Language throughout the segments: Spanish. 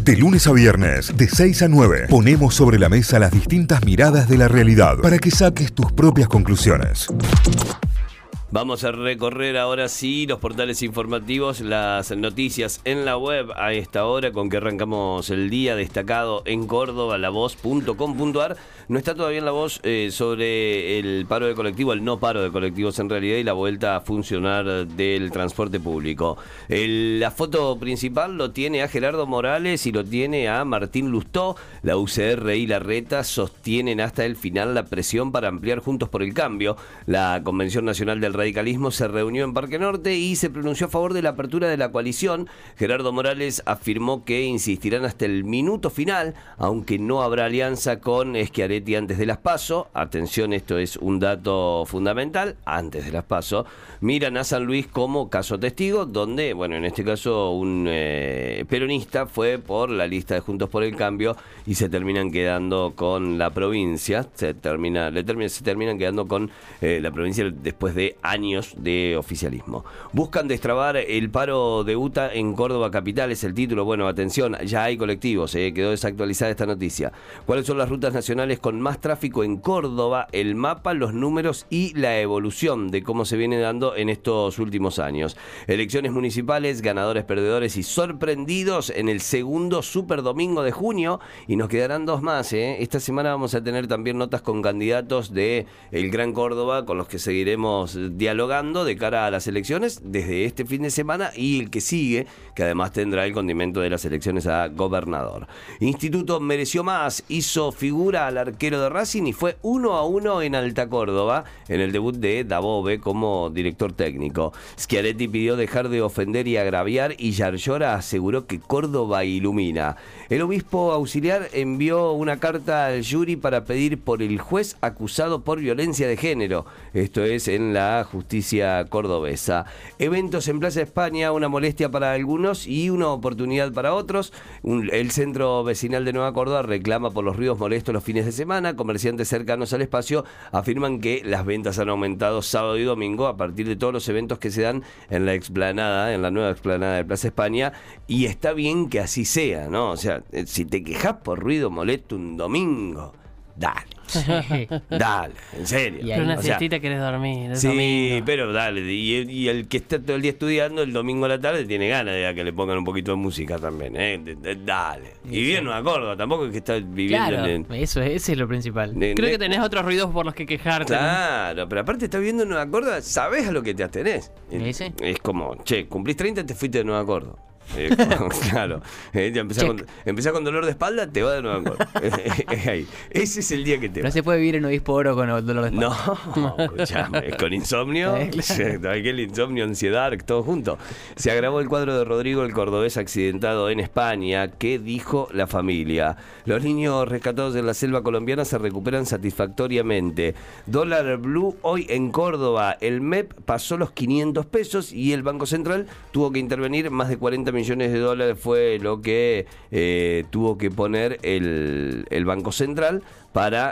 De lunes a viernes, de 6 a 9, ponemos sobre la mesa las distintas miradas de la realidad para que saques tus propias conclusiones. Vamos a recorrer ahora sí los portales informativos, las noticias en la web a esta hora con que arrancamos el día destacado en Córdoba, lavoz.com.ar. No está todavía en La Voz sobre el paro de colectivo, el no paro de colectivos en realidad y la vuelta a funcionar del transporte público. La foto principal lo tiene a Gerardo Morales y lo tiene a Martín Lustó. La UCR y la Reta sostienen hasta el final la presión para ampliar Juntos por el Cambio. La Convención Nacional del Radicalismo se reunió en Parque Norte y se pronunció a favor de la apertura de la coalición. Gerardo Morales afirmó que insistirán hasta el minuto final, aunque no habrá alianza con Schiaretti antes de las PASO. Atención, esto es un dato fundamental. Antes de las PASO miran a San Luis como caso testigo, donde, bueno, en este caso un peronista fue por la lista de Juntos por el Cambio y se terminan quedando con la provincia. Se terminan quedando con la provincia después de años de oficialismo. Buscan destrabar el paro de UTA en Córdoba capital, es el título. Bueno, atención, ya hay colectivos, quedó desactualizada esta noticia. ¿Cuáles son las rutas nacionales con más tráfico en Córdoba? El mapa, los números y la evolución de cómo se viene dando en estos últimos años. Elecciones municipales, ganadores, perdedores y sorprendidos en el segundo super domingo de junio, y nos quedarán dos más. Esta semana vamos a tener también notas con candidatos de el Gran Córdoba con los que seguiremos dialogando de cara a las elecciones desde este fin de semana y el que sigue, que además tendrá el condimento de las elecciones a gobernador. Instituto mereció más, hizo figura al arquero de Racing y fue 1-1 en Alta Córdoba en el debut de Dabove como director técnico. Schiaretti pidió dejar de ofender y agraviar y Yarlora aseguró que Córdoba ilumina. El obispo auxiliar envió una carta al jury para pedir por el juez acusado por violencia de género. Esto es en la justicia cordobesa. Eventos en Plaza España, una molestia para algunos y una oportunidad para otros. El centro vecinal de Nueva Córdoba reclama por los ruidos molestos los fines de semana. Comerciantes cercanos al espacio afirman que las ventas han aumentado sábado y domingo a partir de todos los eventos que se dan en la explanada, en la nueva explanada de Plaza España, y está bien que así sea, ¿no? O sea, si te quejas por ruido molesto un domingo, dale. Dale, en serio. Pero una siestita querés dormir. Sí, domingo. pero dale. Y el que está todo el día estudiando, el domingo a la tarde tiene ganas de que le pongan un poquito de música también. Dale. Y bien, no me acuerdo. Tampoco es que está viviendo. Claro, ese es lo principal. Creo que tenés otros ruidos por los que quejarte. Claro, ¿no? Pero aparte estás viviendo en Nueva Córdoba, sabés a lo que te atenés. ¿Sí? Es como, che, cumplís 30, te fuiste de Nueva Córdoba. Claro, empezás con dolor de espalda, te va de Nueva Córdoba. Ese es el día que te va. No se puede vivir en Obispo Oro con dolor de espalda. No, escuchame, con insomnio, claro. aquel insomnio, ansiedad, todo junto. Se agravó el cuadro de Rodrigo, el cordobés accidentado en España. ¿Qué dijo la familia? Los niños rescatados en la selva colombiana se recuperan satisfactoriamente. Dólar blue hoy en Córdoba. El MEP pasó los 500 pesos y el Banco Central tuvo que intervenir. Más de 40 millones de dólares fue lo que tuvo que poner el Banco Central para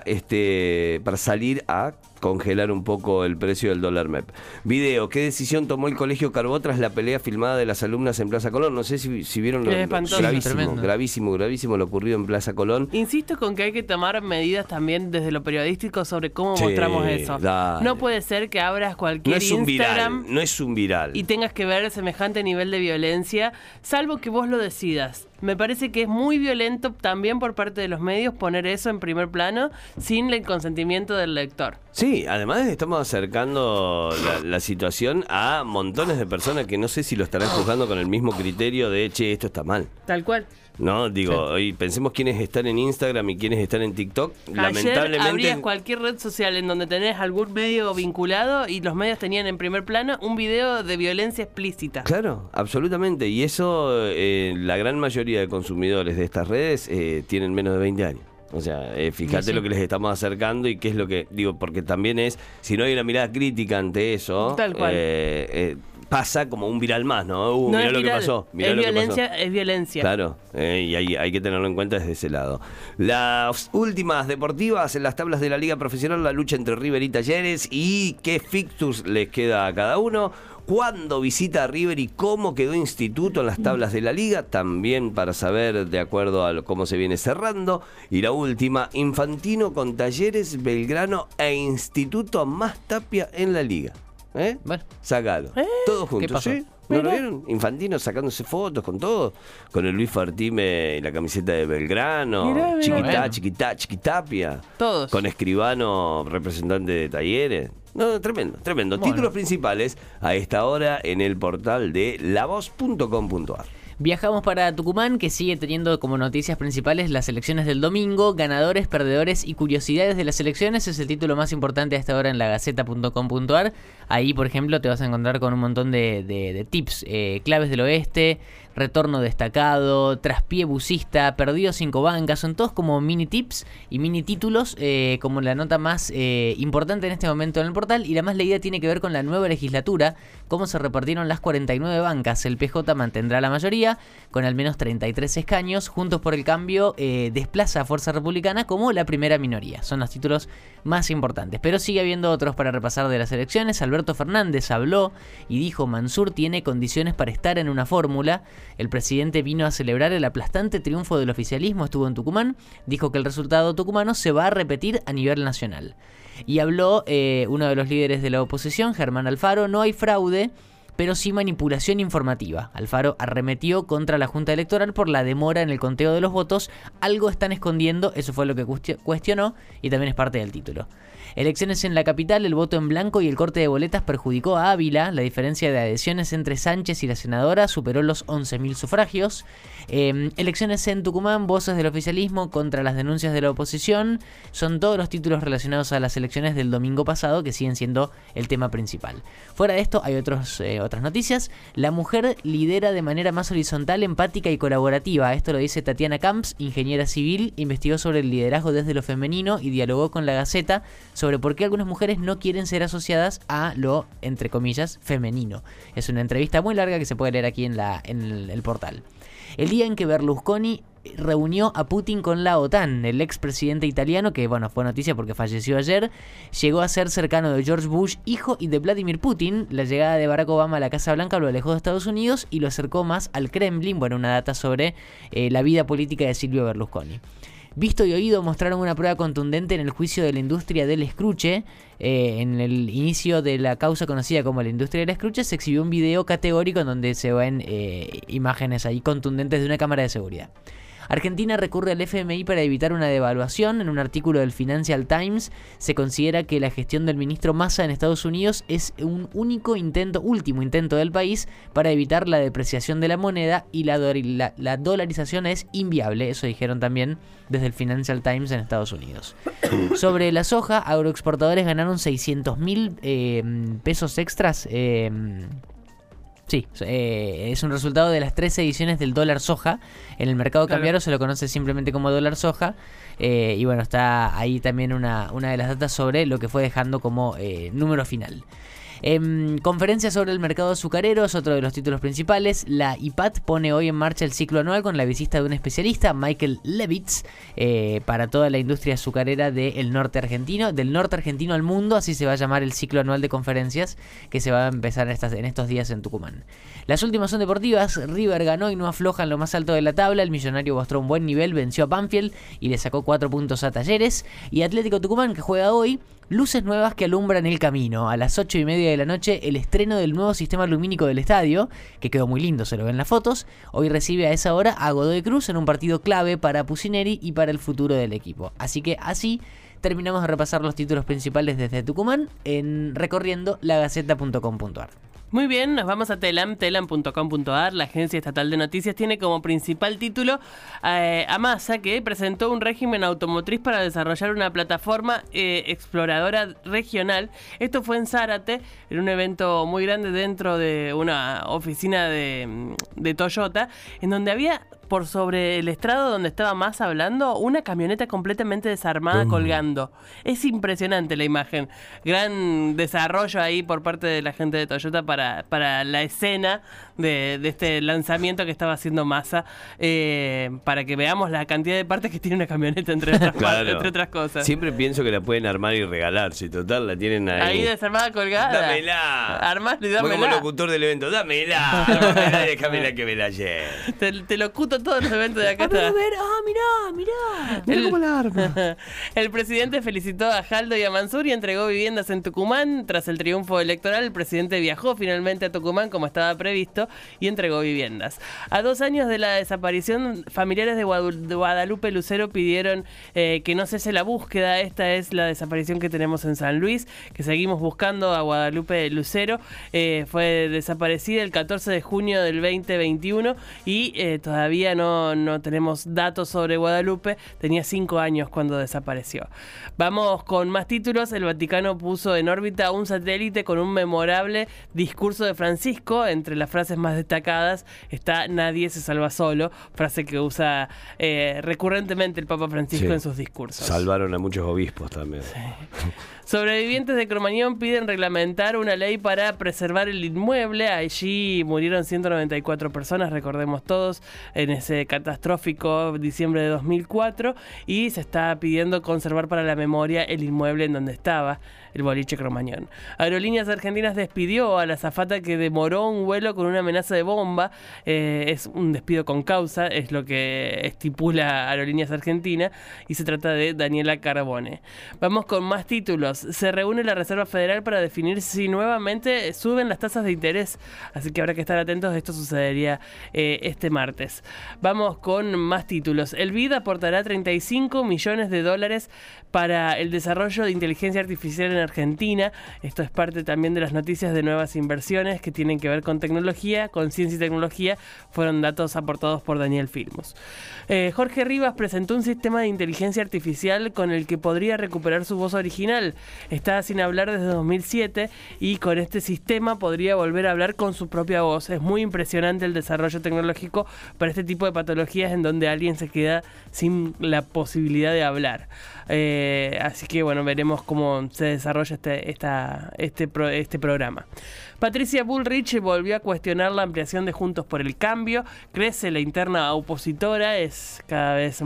salir a congelar un poco el precio del dólar MEP. Video, ¿qué decisión tomó el Colegio Carbó tras la pelea filmada de las alumnas en Plaza Colón? No sé si vieron lo gravísimo lo ocurrido en Plaza Colón. Insisto con que hay que tomar medidas también desde lo periodístico sobre cómo mostramos eso. Dale. No puede ser que abras cualquier Instagram no es un viral y tengas que ver semejante nivel de violencia, salvo que vos lo decidas. Me parece que es muy violento también por parte de los medios poner eso en primer plano sin el consentimiento del lector. Sí, además estamos acercando la situación a montones de personas que no sé si lo estarán juzgando con el mismo criterio de, che, esto está mal. Tal cual. No, digo, sí. Hoy pensemos quiénes están en Instagram y quiénes están en TikTok. Ayer lamentablemente abrías cualquier red social en donde tenés algún medio vinculado y los medios tenían en primer plano un video de violencia explícita. Claro, absolutamente. Y eso, la gran mayoría de consumidores de estas redes tienen menos de 20 años. O sea, fíjate lo que les estamos acercando y qué es lo que... Digo, porque también es... Si no hay una mirada crítica ante eso... Tal cual. Pasa como un viral más, ¿no? No mirá es lo viral, que pasó. Es violencia, es violencia. Claro, y hay que tenerlo en cuenta desde ese lado. Las últimas deportivas en las tablas de la Liga Profesional, la lucha entre River y Talleres y qué fixtures les queda a cada uno. cuándo visita a River y cómo quedó Instituto en las tablas de la liga, también para saber de acuerdo a cómo se viene cerrando. Y la última, Infantino con Talleres, Belgrano e Instituto más Tapia en la liga. Bueno. Sácalo. Todos juntos, ¿Qué pasó? ¿sí? ¿No lo vieron? Infantino sacándose fotos con todo, con el Luis Fartime y la camiseta de Belgrano, Mirá. Chiquitapia, Todos. con Escribano, representante de Talleres. No, tremendo. Bueno. Títulos principales a esta hora en el portal de lavoz.com.ar. Viajamos para Tucumán, que sigue teniendo como noticias principales las elecciones del domingo. Ganadores, perdedores y curiosidades de las elecciones es el título más importante a esta hora en lagaceta.com.ar. Ahí, por ejemplo, te vas a encontrar con un montón de tips, claves del oeste, retorno destacado, traspié bucista, perdido 5 bancas. Son todos como mini tips y mini títulos, como la nota más importante en este momento en el portal. Y la más leída tiene que ver con la nueva legislatura, cómo se repartieron las 49 bancas. El PJ mantendrá la mayoría, con al menos 33 escaños. Juntos por el Cambio desplaza a Fuerza Republicana como la primera minoría. Son los títulos más importantes. Pero sigue habiendo otros para repasar de las elecciones. Alberto Fernández habló y dijo: Mansur tiene condiciones para estar en una fórmula. El presidente vino a celebrar el aplastante triunfo del oficialismo, estuvo en Tucumán, dijo que el resultado tucumano se va a repetir a nivel nacional. Y habló uno de los líderes de la oposición, Germán Alfaro: no hay fraude, pero sí manipulación informativa. Alfaro arremetió contra la Junta Electoral por la demora en el conteo de los votos. Algo están escondiendo, eso fue lo que cuestionó y también es parte del título. Elecciones en la capital, el voto en blanco y el corte de boletas perjudicó a Ávila. La diferencia de adhesiones entre Sánchez y la senadora superó los 11.000 sufragios. Elecciones en Tucumán, voces del oficialismo contra las denuncias de la oposición. Son todos los títulos relacionados a las elecciones del domingo pasado que siguen siendo el tema principal. Fuera de esto hay otras noticias. La mujer lidera de manera más horizontal, empática y colaborativa. Esto lo dice Tatiana Camps, ingeniera civil, investigó sobre el liderazgo desde lo femenino y dialogó con La Gaceta sobre por qué algunas mujeres no quieren ser asociadas a lo, entre comillas, femenino. Es una entrevista muy larga que se puede leer aquí en el portal. El día en que Berlusconi reunió a Putin con la OTAN, el expresidente italiano, que bueno, fue noticia porque falleció ayer, llegó a ser cercano de George Bush, hijo, y de Vladimir Putin. La llegada de Barack Obama a la Casa Blanca lo alejó de Estados Unidos y lo acercó más al Kremlin. Bueno, una data sobre la vida política de Silvio Berlusconi. Visto y oído mostraron una prueba contundente en el juicio de la industria del escruche. En el inicio de la causa conocida como la industria del escruche se exhibió un video categórico en donde se ven imágenes ahí contundentes de una cámara de seguridad. Argentina recurre al FMI para evitar una devaluación. En un artículo del Financial Times se considera que la gestión del ministro Massa en Estados Unidos es un último intento del país para evitar la depreciación de la moneda, y la dolarización es inviable. Eso dijeron también desde el Financial Times en Estados Unidos. Sobre la soja, agroexportadores ganaron 600.000 pesos extras. Sí, es un resultado de las 13 ediciones del dólar soja. En el mercado cambiario se lo conoce simplemente como dólar soja. Y bueno, está ahí también una de las datas sobre lo que fue dejando como número final. Conferencia sobre el mercado azucarero es otro de los títulos principales. La IPAT pone hoy en marcha el ciclo anual con la visita de un especialista, Michael Levitz, para toda la industria azucarera del norte argentino al mundo. Así se va a llamar el ciclo anual de conferencias que se va a empezar en estos días en Tucumán. Las últimas son deportivas. River ganó y no afloja en lo más alto de la tabla. El Millonario mostró un buen nivel, venció a Banfield y le sacó 4 puntos a Talleres. Y Atlético Tucumán, que juega hoy, luces nuevas que alumbran el camino. A las 8:30 de la noche, el estreno del nuevo sistema lumínico del estadio, que quedó muy lindo, se lo ven en las fotos. Hoy recibe a esa hora a Godoy Cruz en un partido clave para Pusineri y para el futuro del equipo. Así que así terminamos de repasar los títulos principales desde Tucumán recorriendo lagaceta.com.ar. Muy bien, nos vamos a telam.com.ar. La agencia estatal de noticias tiene como principal título a Massa, que presentó un régimen automotriz para desarrollar una plataforma exploradora regional. Esto fue en Zárate, en un evento muy grande dentro de una oficina de Toyota, en donde había por sobre el estrado donde estaba Massa hablando, una camioneta completamente desarmada colgando. Es impresionante la imagen. Gran desarrollo ahí por parte de la gente de Toyota para la escena de este lanzamiento que estaba haciendo Massa, para que veamos la cantidad de partes que tiene una camioneta, entre otras cosas. Siempre pienso que la pueden armar y regalar, si total la tienen ahí. Ahí desarmada colgada. ¡Dámela! Armalo y dámela. Voy como locutor del evento. ¡Dámela! Y déjamela que me la lleve. Te locuto todos los eventos de acá. A ver, mirá. Mira cómo la arma. El presidente felicitó a Jaldo y a Mansur y entregó viviendas en Tucumán. Tras el triunfo electoral, el presidente viajó finalmente a Tucumán como estaba previsto y entregó viviendas. A 2 años de la desaparición, familiares de Guadalupe Lucero pidieron que no cese la búsqueda. Esta es la desaparición que tenemos en San Luis, que seguimos buscando a Guadalupe Lucero. Fue desaparecida el 14 de junio del 2021 y todavía no tenemos datos sobre Guadalupe. Tenía 5 años cuando desapareció. Vamos con más títulos. El Vaticano puso en órbita un satélite con un memorable discurso de Francisco. Entre las frases más destacadas está "nadie se salva solo", frase que usa recurrentemente el Papa Francisco en sus discursos. Salvaron a muchos obispos también. Sí. Sobrevivientes de Cromañón piden reglamentar una ley para preservar el inmueble. Allí murieron 194 personas, recordemos todos, en ese catastrófico diciembre de 2004, y se está pidiendo conservar para la memoria el inmueble en donde estaba el boliche Cromañón. Aerolíneas Argentinas despidió a la azafata que demoró un vuelo con una amenaza de bomba. Es un despido con causa, es lo que estipula Aerolíneas Argentinas, y se trata de Daniela Carbone. Vamos con más títulos. Se reúne la Reserva Federal para definir si nuevamente suben las tasas de interés, así que habrá que estar atentos. Esto sucedería este martes. Vamos con más títulos. El BID aportará $35 millones para el desarrollo de inteligencia artificial en Argentina. Esto es parte también de las noticias de nuevas inversiones que tienen que ver con tecnología, con ciencia y tecnología. Fueron datos aportados por Daniel Filmus. Jorge Rivas presentó un sistema de inteligencia artificial con el que podría recuperar su voz original. Está sin hablar desde 2007 y con este sistema podría volver a hablar con su propia voz. Es muy impresionante el desarrollo tecnológico para este tipo de patologías en donde alguien se queda sin la posibilidad de hablar. Así que bueno, veremos cómo se desarrolla este programa. Patricia Bullrich volvió a cuestionar la ampliación de Juntos por el Cambio. Crece la interna opositora, es cada vez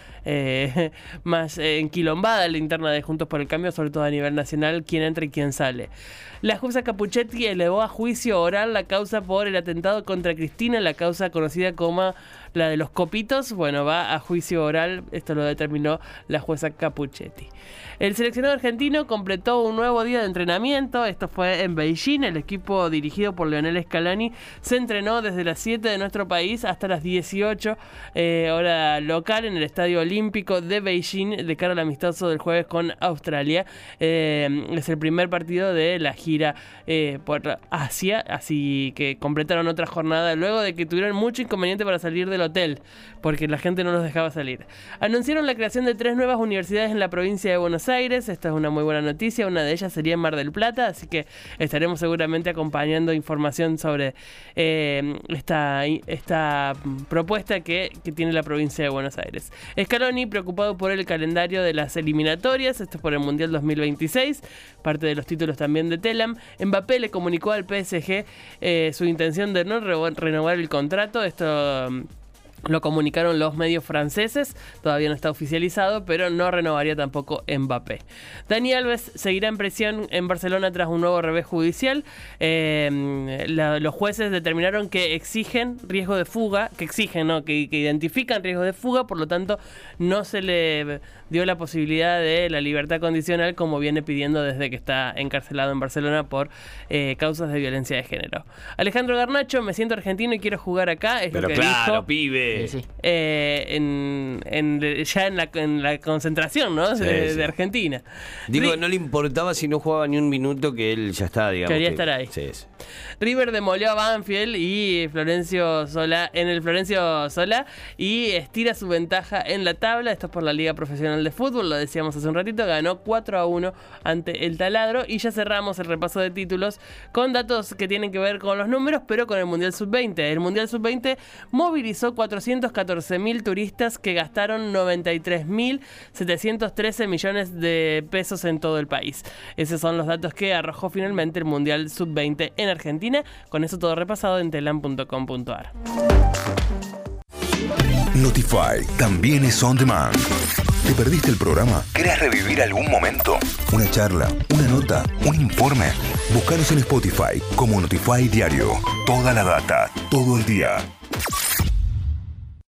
más enquilombada la interna de Juntos por el Cambio, sobre todo a nivel nacional, quién entra y quién sale. La jueza Capuchetti elevó a juicio oral la causa por el atentado contra Cristina, la causa conocida como la de los copitos. Bueno, va a juicio oral, esto lo determinó la jueza Capuchetti. El seleccionado argentino completó un nuevo día de entrenamiento. Esto fue en Beijing. El equipo dirigido por Leonel Scaloni se entrenó desde las 7 de nuestro país hasta las 18 hora local en el Estadio Olímpico de Beijing de cara al amistoso del jueves con Australia. Es el primer partido de la gira por Asia, así que completaron otra jornada luego de que tuvieron mucho inconveniente para salir del hotel porque la gente no los dejaba salir. Anunciaron la creación de 3 nuevas universidades en la provincia de Buenos Aires. Esta es una muy buena noticia. Una de ellas sería en Mar del Plata, así que estaremos seguramente acompañando información sobre esta propuesta que tiene la provincia de Buenos Aires. Scaloni preocupado por el calendario de las eliminatorias, esto es por el Mundial 2026, parte de los títulos también de Telam. Mbappé le comunicó al PSG su intención de no renovar el contrato. Esto lo comunicaron los medios franceses, todavía no está oficializado, pero no renovaría tampoco Mbappé. Dani Alves seguirá en prisión en Barcelona tras un nuevo revés judicial. Los jueces determinaron que exigen riesgo de fuga, que identifican riesgo de fuga, por lo tanto no se le dio la posibilidad de la libertad condicional como viene pidiendo desde que está encarcelado en Barcelona por causas de violencia de género. Alejandro Garnacho, me siento argentino y quiero jugar acá, es pero lo que claro, dijo. Pibe. Sí. Ya en la concentración, ¿no? Sí. de Argentina. Digo, no le importaba si no jugaba ni un minuto, que él ya está, digamos. Quería estar ahí. Sí. River demolió a Banfield y Florencio Solá y estira su ventaja en la tabla. Esto es por la Liga Profesional de Fútbol, lo decíamos hace un ratito, ganó 4-1 ante el Taladro. Y ya cerramos el repaso de títulos con datos que tienen que ver con los números, pero con el Mundial Sub-20. El Mundial Sub-20 movilizó 400 414.000 turistas que gastaron 93.713 millones de pesos en todo el país. Esos son los datos que arrojó finalmente el Mundial Sub-20 en Argentina. Con eso todo repasado en telam.com.ar. Notify también es on demand. ¿Te perdiste el programa? ¿Querés revivir algún momento? ¿Una charla? ¿Una nota? ¿Un informe? Búscanos en Spotify como Notify Diario. Toda la data, todo el día.